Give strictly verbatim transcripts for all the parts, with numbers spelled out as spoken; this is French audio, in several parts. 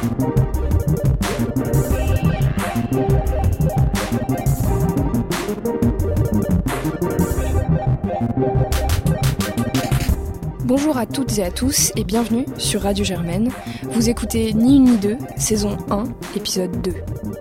Bonjour à toutes et à tous et bienvenue sur Radio Germaine. Vous écoutez Ni une ni deux, saison un, épisode deux.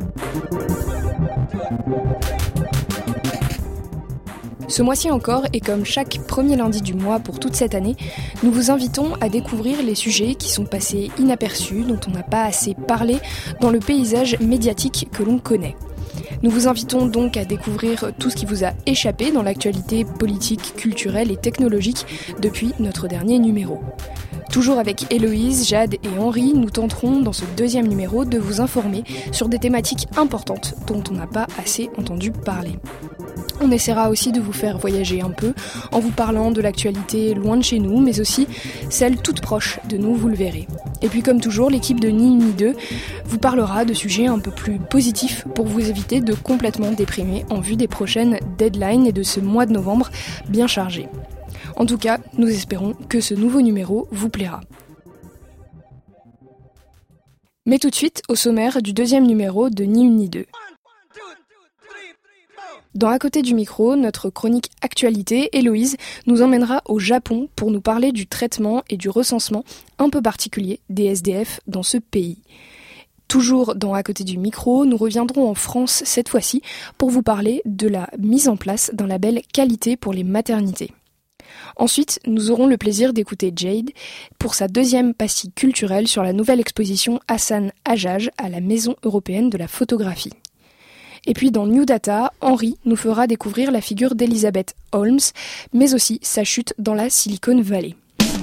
Ce mois-ci encore, et comme chaque premier lundi du mois pour toute cette année, nous vous invitons à découvrir les sujets qui sont passés inaperçus, dont on n'a pas assez parlé dans le paysage médiatique que l'on connaît. Nous vous invitons donc à découvrir tout ce qui vous a échappé dans l'actualité politique, culturelle et technologique depuis notre dernier numéro. Toujours avec Héloïse, Jade et Henri, nous tenterons dans ce deuxième numéro de vous informer sur des thématiques importantes dont on n'a pas assez entendu parler. On essaiera aussi de vous faire voyager un peu en vous parlant de l'actualité loin de chez nous, mais aussi celle toute proche de nous, vous le verrez. Et puis comme toujours, l'équipe de Ni une ni deux vous parlera de sujets un peu plus positifs pour vous éviter de complètement déprimer en vue des prochaines deadlines et de ce mois de novembre bien chargé. En tout cas, nous espérons que ce nouveau numéro vous plaira. Mais tout de suite, au sommaire du deuxième numéro de Ni une ni deux. Dans À côté du micro, notre chronique actualité, Héloïse nous emmènera au Japon pour nous parler du traitement et du recensement un peu particulier des S D F dans ce pays. Toujours dans À côté du micro, nous reviendrons en France cette fois-ci pour vous parler de la mise en place d'un label qualité pour les maternités. Ensuite, nous aurons le plaisir d'écouter Jade pour sa deuxième pastille culturelle sur la nouvelle exposition Hassan Hajjaj à la Maison européenne de la photographie. Et puis dans New Data, Henri nous fera découvrir la figure d'Elizabeth Holmes, mais aussi sa chute dans la Silicon Valley.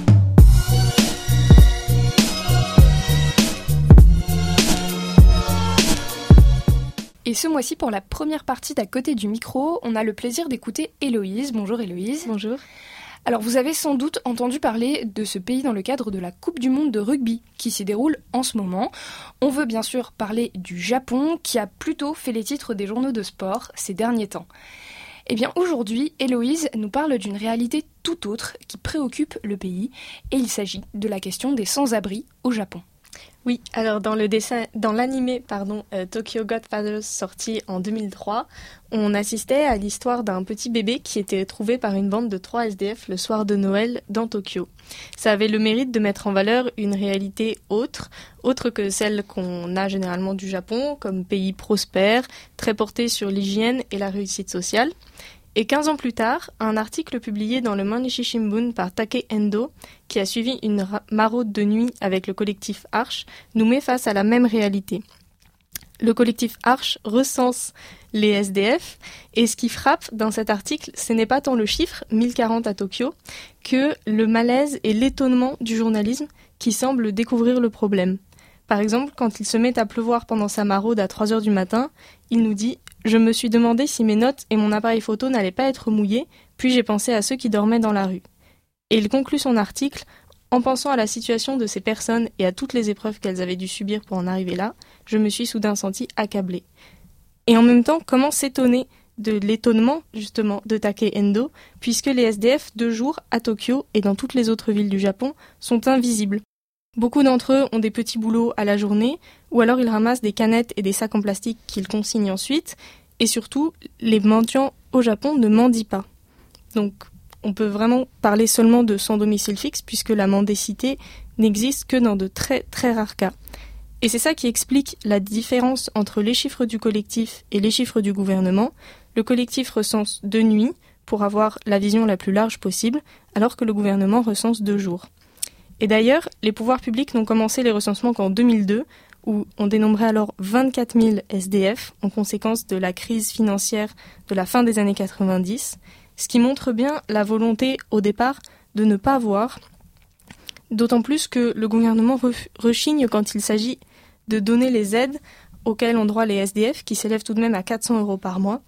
Et ce mois-ci, pour la première partie d'À côté du micro, on a le plaisir d'écouter Héloïse. Bonjour Héloïse. Bonjour. Alors vous avez sans doute entendu parler de ce pays dans le cadre de la Coupe du Monde de rugby qui s'y déroule en ce moment. On veut bien sûr parler du Japon qui a plutôt fait les titres des journaux de sport ces derniers temps. Eh bien aujourd'hui, Héloïse nous parle d'une réalité tout autre qui préoccupe le pays et il s'agit de la question des sans-abri au Japon. Oui, alors dans le dessin, dans l'animé pardon, euh, Tokyo Godfathers sorti en deux mille trois, on assistait à l'histoire d'un petit bébé qui était trouvé par une bande de trois S D F le soir de Noël dans Tokyo. Ça avait le mérite de mettre en valeur une réalité autre, autre que celle qu'on a généralement du Japon, comme pays prospère, très porté sur l'hygiène et la réussite sociale. Et quinze ans plus tard, un article publié dans le Mainichi Shimbun par Take Endo, qui a suivi une ra- maraude de nuit avec le collectif Arche, nous met face à la même réalité. Le collectif Arche recense les S D F, et ce qui frappe dans cet article, ce n'est pas tant le chiffre, mille quarante à Tokyo, que le malaise et l'étonnement du journalisme qui semble découvrir le problème. Par exemple, quand il se met à pleuvoir pendant sa maraude à trois heures du matin, il nous dit « Je me suis demandé si mes notes et mon appareil photo n'allaient pas être mouillés, puis j'ai pensé à ceux qui dormaient dans la rue. » Et il conclut son article « En pensant à la situation de ces personnes et à toutes les épreuves qu'elles avaient dû subir pour en arriver là, je me suis soudain senti accablé. » Et en même temps, comment s'étonner de l'étonnement, justement, de Take Endo, puisque les S D F de jour à Tokyo et dans toutes les autres villes du Japon sont invisibles. Beaucoup d'entre eux ont des petits boulots à la journée, ou alors ils ramassent des canettes et des sacs en plastique qu'ils consignent ensuite, et surtout, les mendiants au Japon ne mendient pas. Donc, on peut vraiment parler seulement de sans domicile fixe, puisque la mendicité n'existe que dans de très très rares cas. Et c'est ça qui explique la différence entre les chiffres du collectif et les chiffres du gouvernement. Le collectif recense de nuit, pour avoir la vision la plus large possible, alors que le gouvernement recense de jour. Et d'ailleurs, les pouvoirs publics n'ont commencé les recensements qu'en deux mille deux, où on dénombrait alors vingt-quatre mille S D F, en conséquence de la crise financière de la fin des années quatre-vingt-dix, ce qui montre bien la volonté, au départ, de ne pas voir, d'autant plus que le gouvernement rechigne quand il s'agit de donner les aides auxquelles ont droit les S D F, qui s'élèvent tout de même à quatre cents euros par mois,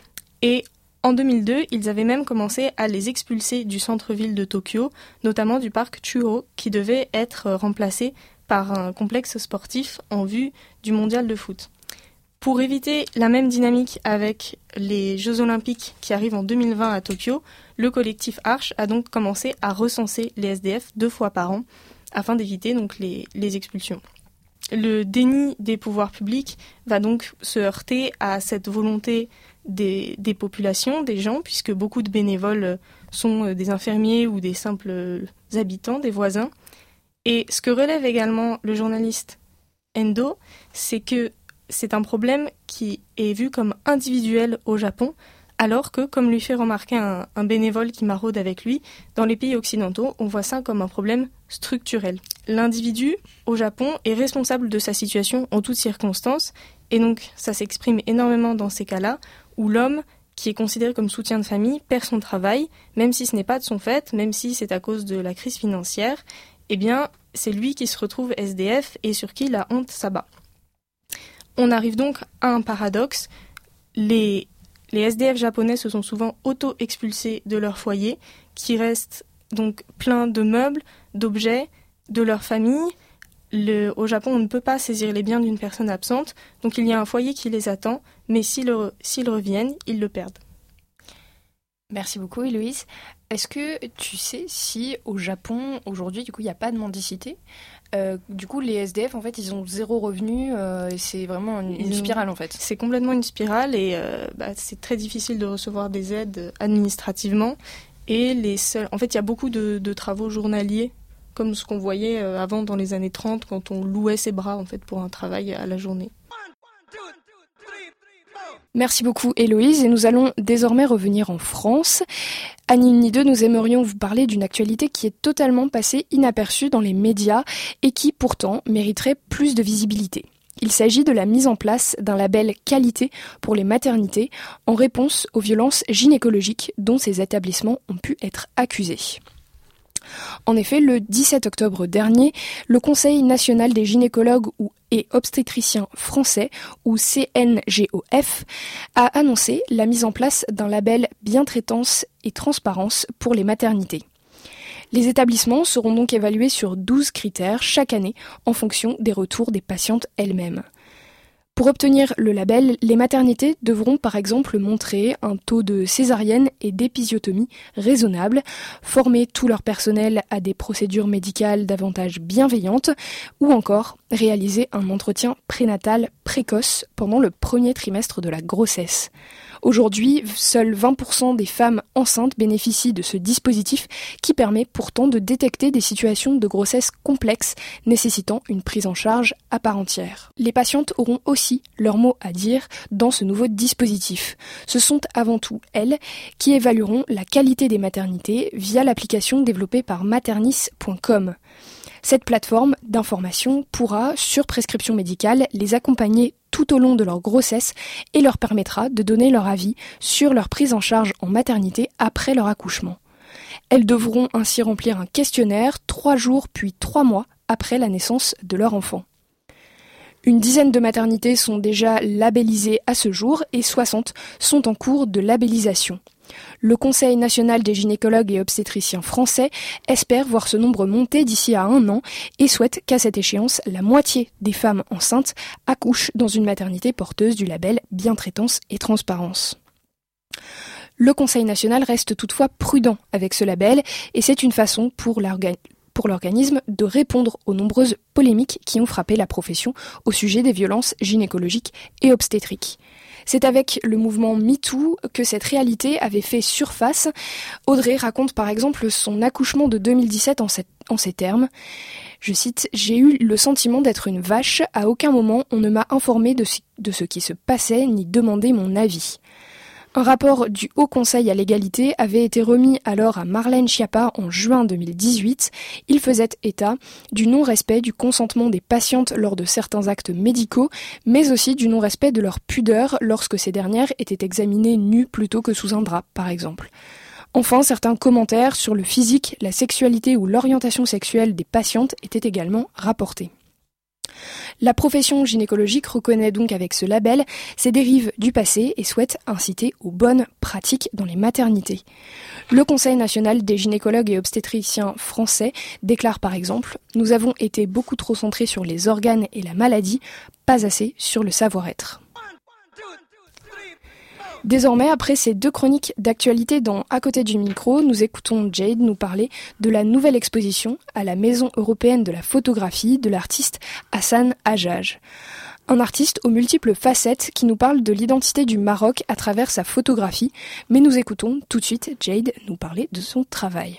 et en deux mille deux, ils avaient même commencé à les expulser du centre-ville de Tokyo, notamment du parc Chuo, qui devait être remplacé par un complexe sportif en vue du mondial de foot. Pour éviter la même dynamique avec les Jeux Olympiques qui arrivent en deux mille vingt à Tokyo, le collectif Arche a donc commencé à recenser les S D F deux fois par an, afin d'éviter donc les, les expulsions. le déni des pouvoirs publics va donc se heurter à cette volonté des, des populations, des gens, puisque beaucoup de bénévoles sont des infirmiers ou des simples habitants, des voisins. Et ce que relève également le journaliste Endo, c'est que c'est un problème qui est vu comme individuel au Japon, alors que, comme lui fait remarquer un, un bénévole qui maraude avec lui, dans les pays occidentaux, on voit ça comme un problème structurel. L'individu, au Japon, est responsable de sa situation en toutes circonstances, et donc ça s'exprime énormément dans ces cas-là, où l'homme, qui est considéré comme soutien de famille, perd son travail, même si ce n'est pas de son fait, même si c'est à cause de la crise financière, eh bien, c'est lui qui se retrouve S D F et sur qui la honte s'abat. On arrive donc à un paradoxe. Les, les S D F japonais se sont souvent auto-expulsés de leur foyer, qui restent donc plein de meubles, d'objets, de leur famille. Le, au Japon, on ne peut pas saisir les biens d'une personne absente, donc il y a un foyer qui les attend, mais s'ils, s'ils reviennent, ils le perdent. Merci beaucoup, Héloïse. Est-ce que tu sais si au Japon, aujourd'hui, du coup, il n'y a pas de mendicité ? euh, Du coup, les S D F, en fait, ils ont zéro revenu, euh, et c'est vraiment une, une spirale, en fait. C'est complètement une spirale, et euh, bah, c'est très difficile de recevoir des aides administrativement. Et les seuls... En fait, il y a beaucoup de, de travaux journaliers, comme ce qu'on voyait avant dans les années trente, quand on louait ses bras, en fait, pour un travail à la journée. Merci beaucoup Héloïse, et nous allons désormais revenir en France. À Nini deux, nous aimerions vous parler d'une actualité qui est totalement passée inaperçue dans les médias et qui pourtant mériterait plus de visibilité. Il s'agit de la mise en place d'un label qualité pour les maternités en réponse aux violences gynécologiques dont ces établissements ont pu être accusés. En effet, le dix-sept octobre dernier, le Conseil national des gynécologues et obstétriciens français, ou C N G O F, a annoncé la mise en place d'un label bientraitance et transparence pour les maternités. Les établissements seront donc évalués sur douze critères chaque année en fonction des retours des patientes elles-mêmes. Pour obtenir le label, les maternités devront par exemple montrer un taux de césarienne et d'épisiotomie raisonnable, former tout leur personnel à des procédures médicales davantage bienveillantes, ou encore réaliser un entretien prénatal précoce pendant le premier trimestre de la grossesse. Aujourd'hui, seuls vingt pour cent des femmes enceintes bénéficient de ce dispositif qui permet pourtant de détecter des situations de grossesse complexes nécessitant une prise en charge à part entière. Les patientes auront aussi leur mot à dire dans ce nouveau dispositif. Ce sont avant tout elles qui évalueront la qualité des maternités via l'application développée par maternis point com. Cette plateforme d'information pourra, sur prescription médicale, les accompagner tout au long de leur grossesse et leur permettra de donner leur avis sur leur prise en charge en maternité après leur accouchement. Elles devront ainsi remplir un questionnaire trois jours puis trois mois après la naissance de leur enfant. Une dizaine de maternités sont déjà labellisées à ce jour et soixante sont en cours de labellisation. Le Conseil national des gynécologues et obstétriciens français espère voir ce nombre monter d'ici à un an et souhaite qu'à cette échéance, la moitié des femmes enceintes accouchent dans une maternité porteuse du label Bientraitance et Transparence. Le Conseil national reste toutefois prudent avec ce label et c'est une façon pour l'organisme pour l'organisme de répondre aux nombreuses polémiques qui ont frappé la profession au sujet des violences gynécologiques et obstétriques. C'est avec le mouvement MeToo que cette réalité avait fait surface. Audrey raconte par exemple son accouchement de deux mille dix-sept en, cette, en ces termes. Je cite « J'ai eu le sentiment d'être une vache. À aucun moment on ne m'a informé de ce, de ce qui se passait ni demandé mon avis. » Un rapport du Haut Conseil à l'égalité avait été remis alors à Marlène Schiappa en juin deux mille dix-huit. Il faisait état du non-respect du consentement des patientes lors de certains actes médicaux, mais aussi du non-respect de leur pudeur lorsque ces dernières étaient examinées nues plutôt que sous un drap, par exemple. Enfin, certains commentaires sur le physique, la sexualité ou l'orientation sexuelle des patientes étaient également rapportés. La profession gynécologique reconnaît donc avec ce label ses dérives du passé et souhaite inciter aux bonnes pratiques dans les maternités. Le Conseil national des gynécologues et obstétriciens français déclare par exemple « Nous avons été beaucoup trop centrés sur les organes et la maladie, pas assez sur le savoir-être ». Désormais, après ces deux chroniques d'actualité dans À côté du micro, nous écoutons Jade nous parler de la nouvelle exposition à la Maison européenne de la photographie de l'artiste Hassan Hajjaj. Un artiste aux multiples facettes qui nous parle de l'identité du Maroc à travers sa photographie. Mais nous écoutons tout de suite Jade nous parler de son travail.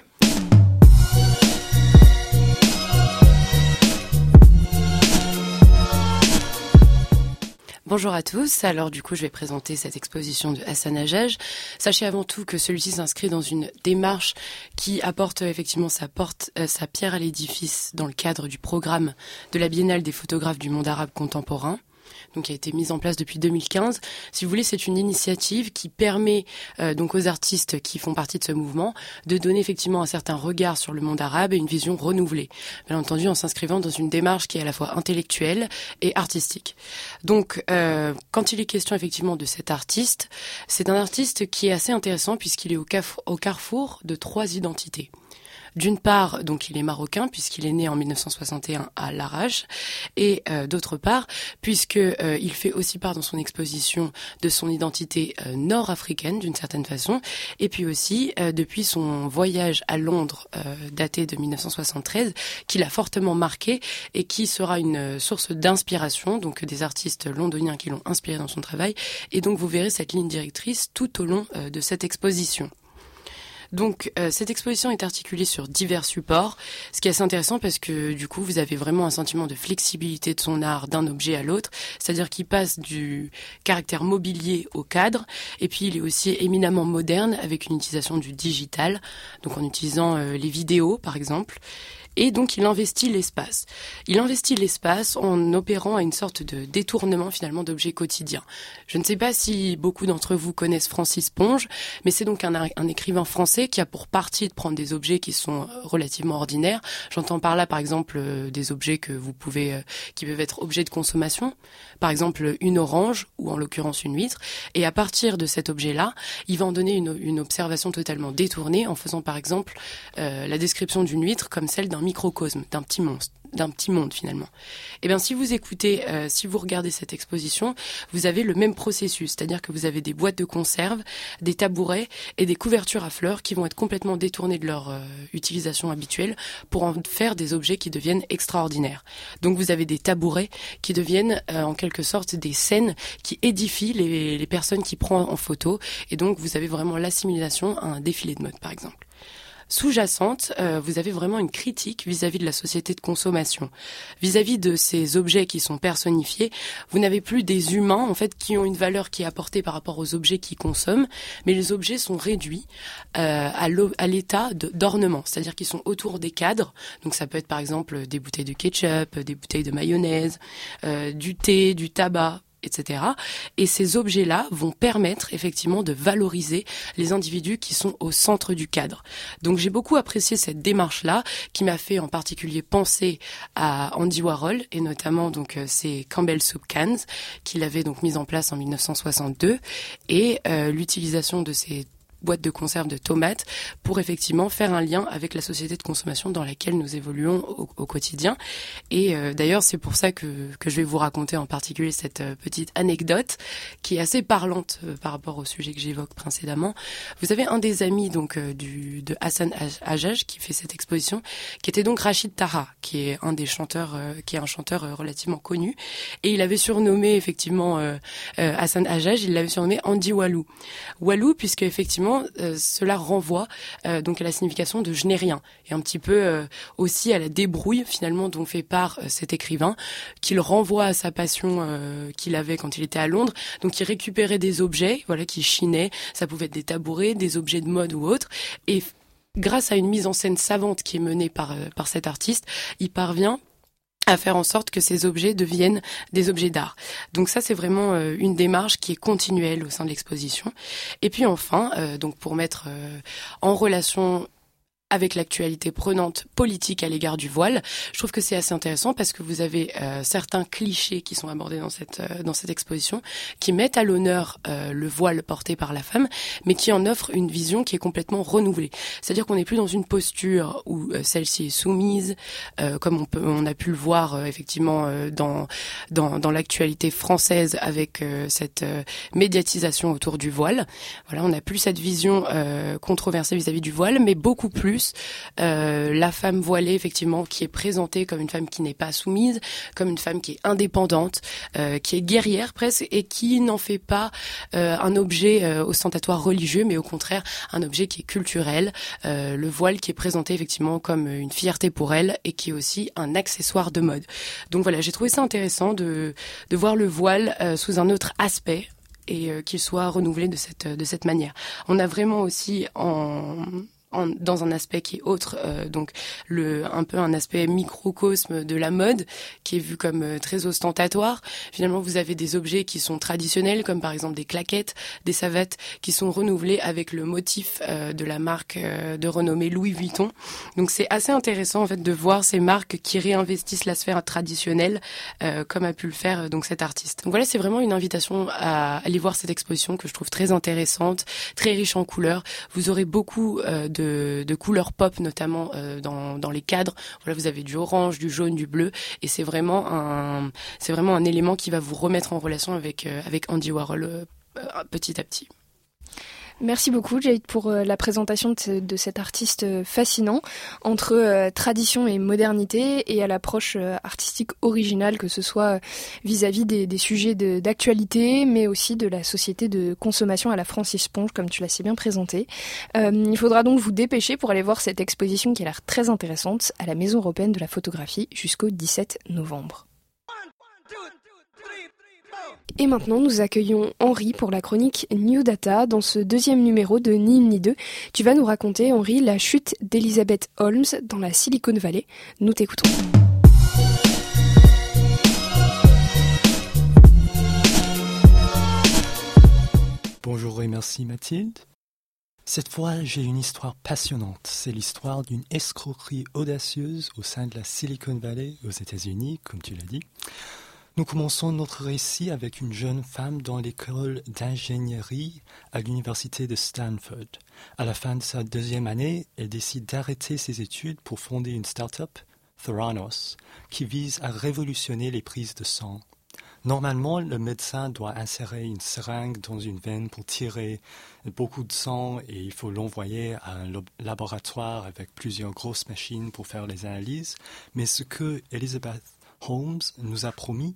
Bonjour à tous, alors du coup je vais présenter cette exposition de Hassan Hajjaj. Sachez avant tout que celui-ci s'inscrit dans une démarche qui apporte effectivement sa, porte, euh, sa pierre à l'édifice dans le cadre du programme de la Biennale des photographes du monde arabe contemporain, donc qui a été mise en place depuis deux mille quinze. Si vous voulez, c'est une initiative qui permet euh, donc aux artistes qui font partie de ce mouvement de donner effectivement un certain regard sur le monde arabe et une vision renouvelée. Bien entendu, en s'inscrivant dans une démarche qui est à la fois intellectuelle et artistique. Donc, euh, quand il est question effectivement de cet artiste, c'est un artiste qui est assez intéressant puisqu'il est au, caf- au carrefour de trois identités. D'une part, donc il est marocain puisqu'il est né en dix-neuf cent soixante et un à Larache, et euh, d'autre part, puisque euh, il fait aussi part dans son exposition de son identité euh, nord-africaine d'une certaine façon, et puis aussi euh, depuis son voyage à Londres euh, daté de dix-neuf cent soixante-treize, qui l'a fortement marqué et qui sera une source d'inspiration, donc des artistes londoniens qui l'ont inspiré dans son travail, et donc vous verrez cette ligne directrice tout au long euh, de cette exposition. Donc euh, cette exposition est articulée sur divers supports, ce qui est assez intéressant parce que du coup vous avez vraiment un sentiment de flexibilité de son art d'un objet à l'autre, c'est-à-dire qu'il passe du caractère mobilier au cadre, et puis il est aussi éminemment moderne avec une utilisation du digital, donc en utilisant euh, les vidéos par exemple. Et donc il investit l'espace. Il investit l'espace en opérant à une sorte de détournement finalement d'objets quotidiens. Je ne sais pas si beaucoup d'entre vous connaissent Francis Ponge, mais c'est donc un, un écrivain français qui a pour partie de prendre des objets qui sont relativement ordinaires. J'entends par là par exemple euh, des objets que vous pouvez, euh, qui peuvent être objets de consommation, par exemple une orange ou en l'occurrence une huître. Et à partir de cet objet-là, il va en donner une, une observation totalement détournée en faisant par exemple euh, la description d'une huître comme celle d'un microcosme, d'un petit monstre, d'un petit monde finalement. Et bien si vous écoutez, euh, si vous regardez cette exposition, vous avez le même processus, c'est-à-dire que vous avez des boîtes de conserve, des tabourets et des couvertures à fleurs qui vont être complètement détournées de leur euh, utilisation habituelle pour en faire des objets qui deviennent extraordinaires. Donc vous avez des tabourets qui deviennent euh, en quelque sorte des scènes qui édifient les, les personnes qui prennent en photo, et donc vous avez vraiment l'assimilation à un défilé de mode par exemple. Sous-jacente, euh, vous avez vraiment une critique vis-à-vis de la société de consommation. Vis-à-vis de ces objets qui sont personnifiés, vous n'avez plus des humains en fait qui ont une valeur qui est apportée par rapport aux objets qu'ils consomment, mais les objets sont réduits euh, à, à l'état de, d'ornement, c'est-à-dire qu'ils sont autour des cadres. Donc ça peut être par exemple des bouteilles de ketchup, des bouteilles de mayonnaise, euh, du thé, du tabac, et cetera. Et ces objets-là vont permettre effectivement de valoriser les individus qui sont au centre du cadre. Donc j'ai beaucoup apprécié cette démarche-là, qui m'a fait en particulier penser à Andy Warhol, et notamment donc euh, c'est Campbell Soup Cans qu'il avait donc mis en place en dix-neuf cent soixante-deux, et euh, l'utilisation de ces boîte de conserve de tomates pour effectivement faire un lien avec la société de consommation dans laquelle nous évoluons au, au quotidien. Et euh, d'ailleurs, c'est pour ça que, que je vais vous raconter en particulier cette euh, petite anecdote qui est assez parlante euh, par rapport au sujet que j'évoque précédemment. Vous avez un des amis donc euh, du, de Hassan Hajjaj qui fait cette exposition, qui était donc Rachid Taha, qui est un des chanteurs, euh, qui est un chanteur euh, relativement connu. Et il avait surnommé effectivement euh, euh, Hassan Hajjaj, il l'avait surnommé Andy Walou. Walou, puisque effectivement Euh, cela renvoie euh, donc à la signification de je n'ai rien, et un petit peu euh, aussi à la débrouille finalement dont fait part euh, cet écrivain, qu'il renvoie à sa passion euh, qu'il avait quand il était à Londres. Donc il récupérait des objets, voilà, qui chinaient, ça pouvait être des tabourets, des objets de mode ou autres, et grâce à une mise en scène savante qui est menée par euh, par cet artiste, il parvient à faire en sorte que ces objets deviennent des objets d'art. Donc ça, c'est vraiment euh, une démarche qui est continuelle au sein de l'exposition. Et puis enfin, euh, donc pour mettre euh, en relation avec l'actualité prenante politique à l'égard du voile. Je trouve que c'est assez intéressant parce que vous avez euh, certains clichés qui sont abordés dans cette euh, dans cette exposition, qui mettent à l'honneur euh, le voile porté par la femme, mais qui en offrent une vision qui est complètement renouvelée. C'est-à-dire qu'on n'est plus dans une posture où euh, celle-ci est soumise, euh, comme on peut on a pu le voir euh, effectivement euh, dans dans dans l'actualité française avec euh, cette euh, médiatisation autour du voile. Voilà, on n'a plus cette vision euh, controversée vis-à-vis du voile, mais beaucoup plus Euh, la femme voilée, effectivement, qui est présentée comme une femme qui n'est pas soumise, comme une femme qui est indépendante, euh, qui est guerrière presque, et qui n'en fait pas euh, un objet euh, ostentatoire religieux, mais au contraire un objet qui est culturel. Euh, le voile qui est présenté effectivement comme une fierté pour elle et qui est aussi un accessoire de mode. Donc voilà, j'ai trouvé ça intéressant de, de voir le voile euh, sous un autre aspect et euh, qu'il soit renouvelé de cette, de cette manière. On a vraiment aussi en... En, dans un aspect qui est autre, euh, donc le un peu un aspect microcosme de la mode qui est vu comme euh, très ostentatoire. Finalement, vous avez des objets qui sont traditionnels, comme par exemple des claquettes, des savates, qui sont renouvelés avec le motif euh, de la marque euh, de renommée Louis Vuitton. Donc c'est assez intéressant en fait de voir ces marques qui réinvestissent la sphère traditionnelle, euh, comme a pu le faire euh, donc cet artiste. Donc voilà, c'est vraiment une invitation à aller voir cette exposition que je trouve très intéressante, très riche en couleurs. Vous aurez beaucoup euh, de De, de couleurs pop, notamment euh, dans, dans les cadres. Voilà, vous avez du orange, du jaune, du bleu, et c'est vraiment un, c'est vraiment un élément qui va vous remettre en relation avec, euh, avec Andy Warhol euh, petit à petit. Merci beaucoup Jade pour euh, la présentation de, ce, de cet artiste euh, fascinant entre euh, tradition et modernité et à l'approche euh, artistique originale, que ce soit euh, vis-à-vis des, des sujets de, d'actualité mais aussi de la société de consommation à la Francis Ponge, comme tu l'as si bien présenté. Euh, il faudra donc vous dépêcher pour aller voir cette exposition qui a l'air très intéressante à la Maison européenne de la photographie jusqu'au dix-sept novembre. Et maintenant, nous accueillons Henri pour la chronique New Data. Dans ce deuxième numéro de Ni une ni deux, tu vas nous raconter, Henri, la chute d'Elizabeth Holmes dans la Silicon Valley. Nous t'écoutons. Bonjour et merci Mathilde. Cette fois, j'ai une histoire passionnante. C'est l'histoire d'une escroquerie audacieuse au sein de la Silicon Valley aux États-Unis, comme tu l'as dit. Nous commençons notre récit avec une jeune femme dans l'école d'ingénierie à l'université de Stanford. À la fin de sa deuxième année, elle décide d'arrêter ses études pour fonder une start-up, Theranos, qui vise à révolutionner les prises de sang. Normalement, le médecin doit insérer une seringue dans une veine pour tirer beaucoup de sang et il faut l'envoyer à un laboratoire avec plusieurs grosses machines pour faire les analyses. Mais ce que Elizabeth Holmes nous a promis,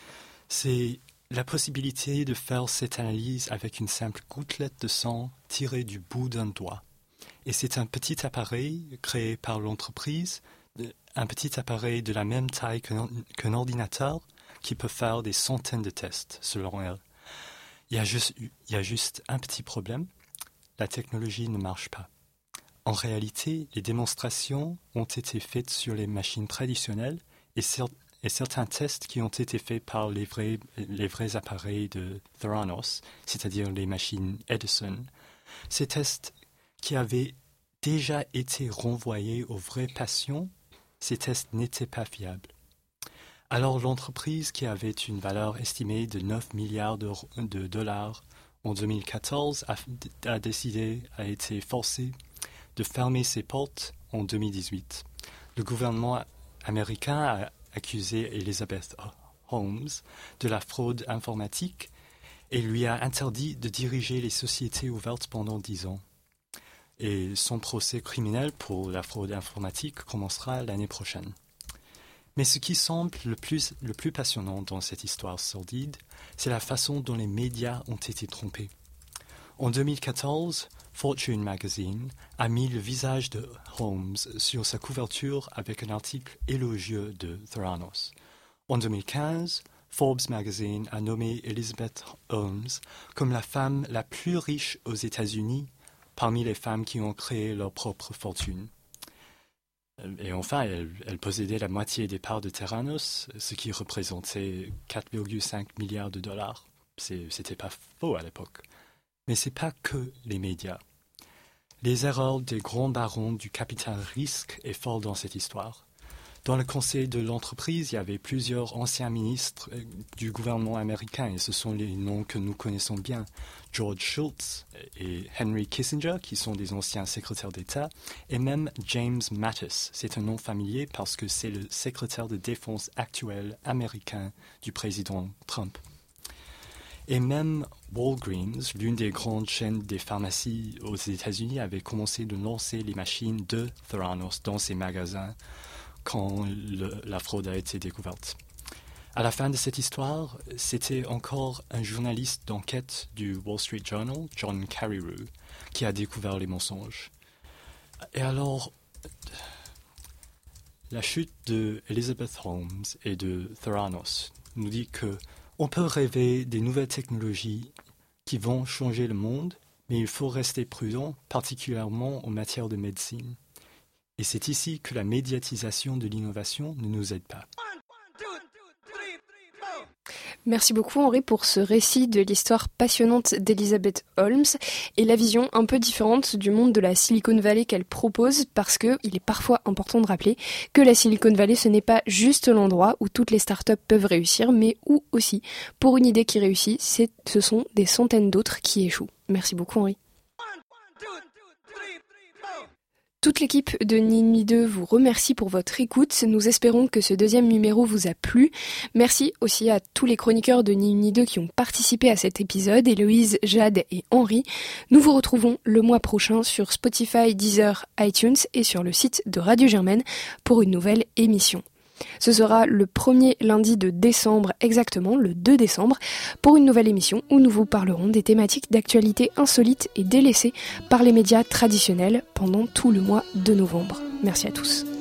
c'est la possibilité de faire cette analyse avec une simple gouttelette de sang tirée du bout d'un doigt. Et c'est un petit appareil créé par l'entreprise, un petit appareil de la même taille qu'un, qu'un ordinateur qui peut faire des centaines de tests, selon elle. Il y a juste, il y a juste un petit problème, la technologie ne marche pas. En réalité, les démonstrations ont été faites sur les machines traditionnelles et certes, et certains tests qui ont été faits par les vrais, les vrais appareils de Theranos, c'est-à-dire les machines Edison. Ces tests qui avaient déjà été renvoyés aux vrais patients, ces tests n'étaient pas fiables. Alors l'entreprise, qui avait une valeur estimée de neuf milliards de, de dollars en deux mille quatorze, a, a décidé, a été forcée de fermer ses portes en deux mille dix-huit. Le gouvernement américain a accusé Elizabeth Holmes de la fraude informatique et lui a interdit de diriger les sociétés ouvertes pendant dix ans. Et son procès criminel pour la fraude informatique commencera l'année prochaine. Mais ce qui semble le plus, le plus passionnant dans cette histoire sordide, c'est la façon dont les médias ont été trompés. En deux mille quatorze, Fortune Magazine a mis le visage de Holmes sur sa couverture avec un article élogieux de Theranos. En deux mille quinze, Forbes Magazine a nommé Elizabeth Holmes comme la femme la plus riche aux États-Unis parmi les femmes qui ont créé leur propre fortune. Et enfin, elle, elle possédait la moitié des parts de Theranos, ce qui représentait quatre virgule cinq milliards de dollars. C'est, c'était pas faux à l'époque. Mais ce n'est pas que les médias. Les erreurs des grands barons du capital risque est fort dans cette histoire. Dans le conseil de l'entreprise, il y avait plusieurs anciens ministres du gouvernement américain et ce sont les noms que nous connaissons bien. George Shultz et Henry Kissinger, qui sont des anciens secrétaires d'État, et même James Mattis. C'est un nom familier parce que c'est le secrétaire de défense actuel américain du président Trump. Et même Walgreens, l'une des grandes chaînes des pharmacies aux États-Unis, avait commencé de lancer les machines de Theranos dans ses magasins quand le, la fraude a été découverte. À la fin de cette histoire, c'était encore un journaliste d'enquête du Wall Street Journal, John Carreyrou, qui a découvert les mensonges. Et alors, la chute de Elizabeth Holmes et de Theranos nous dit que on peut rêver des nouvelles technologies qui vont changer le monde, mais il faut rester prudent, particulièrement en matière de médecine. Et c'est ici que la médiatisation de l'innovation ne nous aide pas. Merci beaucoup Henri pour ce récit de l'histoire passionnante d'Elizabeth Holmes et la vision un peu différente du monde de la Silicon Valley qu'elle propose, parce qu'il est parfois important de rappeler que la Silicon Valley ce n'est pas juste l'endroit où toutes les startups peuvent réussir, mais où aussi, pour une idée qui réussit, c'est, ce sont des centaines d'autres qui échouent. Merci beaucoup Henri. Toute l'équipe de Ninmi deux vous remercie pour votre écoute. Nous espérons que ce deuxième numéro vous a plu. Merci aussi à tous les chroniqueurs de Ninmi deux qui ont participé à cet épisode, Héloïse, Jade et Henri. Nous vous retrouvons le mois prochain sur Spotify, Deezer, iTunes et sur le site de Radio Germaine pour une nouvelle émission. Ce sera le premier lundi de décembre, exactement le deux décembre, pour une nouvelle émission où nous vous parlerons des thématiques d'actualité insolites et délaissées par les médias traditionnels pendant tout le mois de novembre. Merci à tous.